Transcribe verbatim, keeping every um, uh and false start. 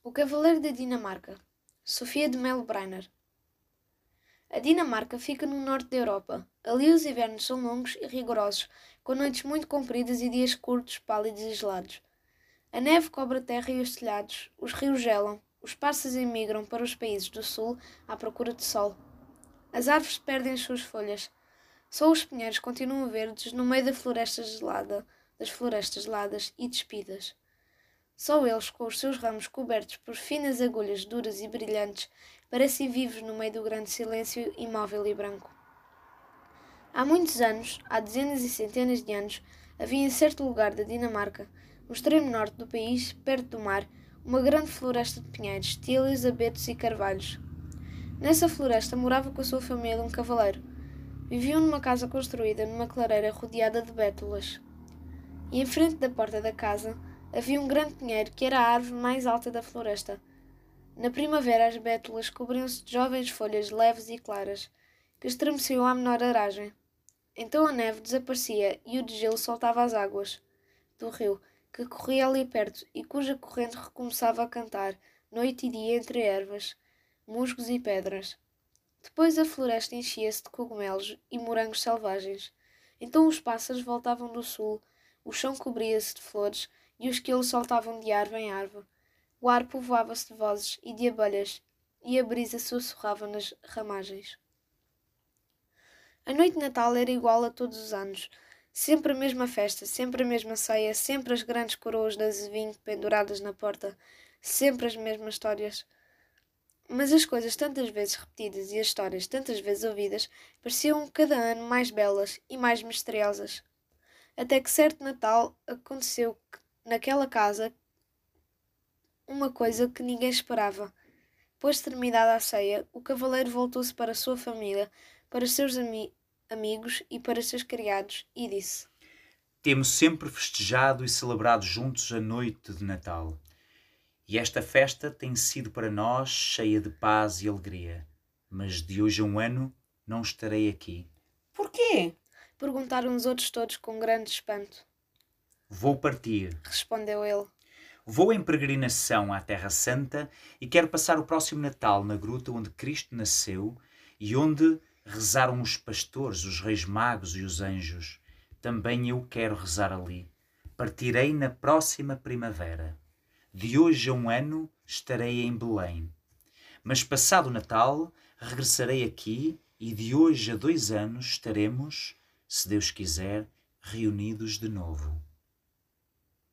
O Cavaleiro da Dinamarca, Sofia de Melo Brainer. A Dinamarca fica no norte da Europa. Ali os invernos são longos e rigorosos, com noites muito compridas e dias curtos, pálidos e gelados. A neve cobre a terra e os telhados, os rios gelam, os pássaros emigram para os países do sul à procura de sol. As árvores perdem as suas folhas. Só os pinheiros continuam verdes no meio da floresta gelada, das florestas geladas e despidas. Só eles, com os seus ramos cobertos por finas agulhas duras e brilhantes, parecem vivos no meio do grande silêncio imóvel e branco. Há muitos anos, há dezenas e centenas de anos, havia em certo lugar da Dinamarca, no extremo norte do país, perto do mar, uma grande floresta de pinheiros, tílios, abetos e carvalhos. Nessa floresta morava com a sua família um cavaleiro. Viviam numa casa construída numa clareira rodeada de bétulas. E em frente da porta da casa havia um grande pinheiro que era a árvore mais alta da floresta. Na primavera as bétulas cobriam-se de jovens folhas leves e claras, que estremeciam à menor aragem. Então a neve desaparecia e o degelo soltava as águas do rio, que corria ali perto e cuja corrente recomeçava a cantar, noite e dia entre ervas, musgos e pedras. Depois a floresta enchia-se de cogumelos e morangos selvagens. Então os pássaros voltavam do sul, o chão cobria-se de flores e os esquilos saltavam de árvore em árvore. O ar povoava-se de vozes e de abelhas, e a brisa sussurrava nas ramagens. A noite de Natal era igual a todos os anos. Sempre a mesma festa, sempre a mesma ceia, sempre as grandes coroas de azevinho penduradas na porta, sempre as mesmas histórias. Mas as coisas tantas vezes repetidas e as histórias tantas vezes ouvidas pareciam cada ano mais belas e mais misteriosas. Até que certo Natal aconteceu que, naquela casa, uma coisa que ninguém esperava. Pois terminada a ceia, o cavaleiro voltou-se para a sua família, para os seus ami- amigos e para os seus criados, e disse: Temos sempre festejado e celebrado juntos a noite de Natal. E esta festa tem sido para nós cheia de paz e alegria. Mas de hoje a um ano não estarei aqui. Porquê? Perguntaram os outros todos com grande espanto. Vou partir. Respondeu ele. Vou em peregrinação à Terra Santa e quero passar o próximo Natal na gruta onde Cristo nasceu e onde rezaram os pastores, os reis magos e os anjos. Também eu quero rezar ali. Partirei na próxima primavera. De hoje a um ano estarei em Belém. Mas passado o Natal regressarei aqui e de hoje a dois anos estaremos, se Deus quiser, reunidos de novo.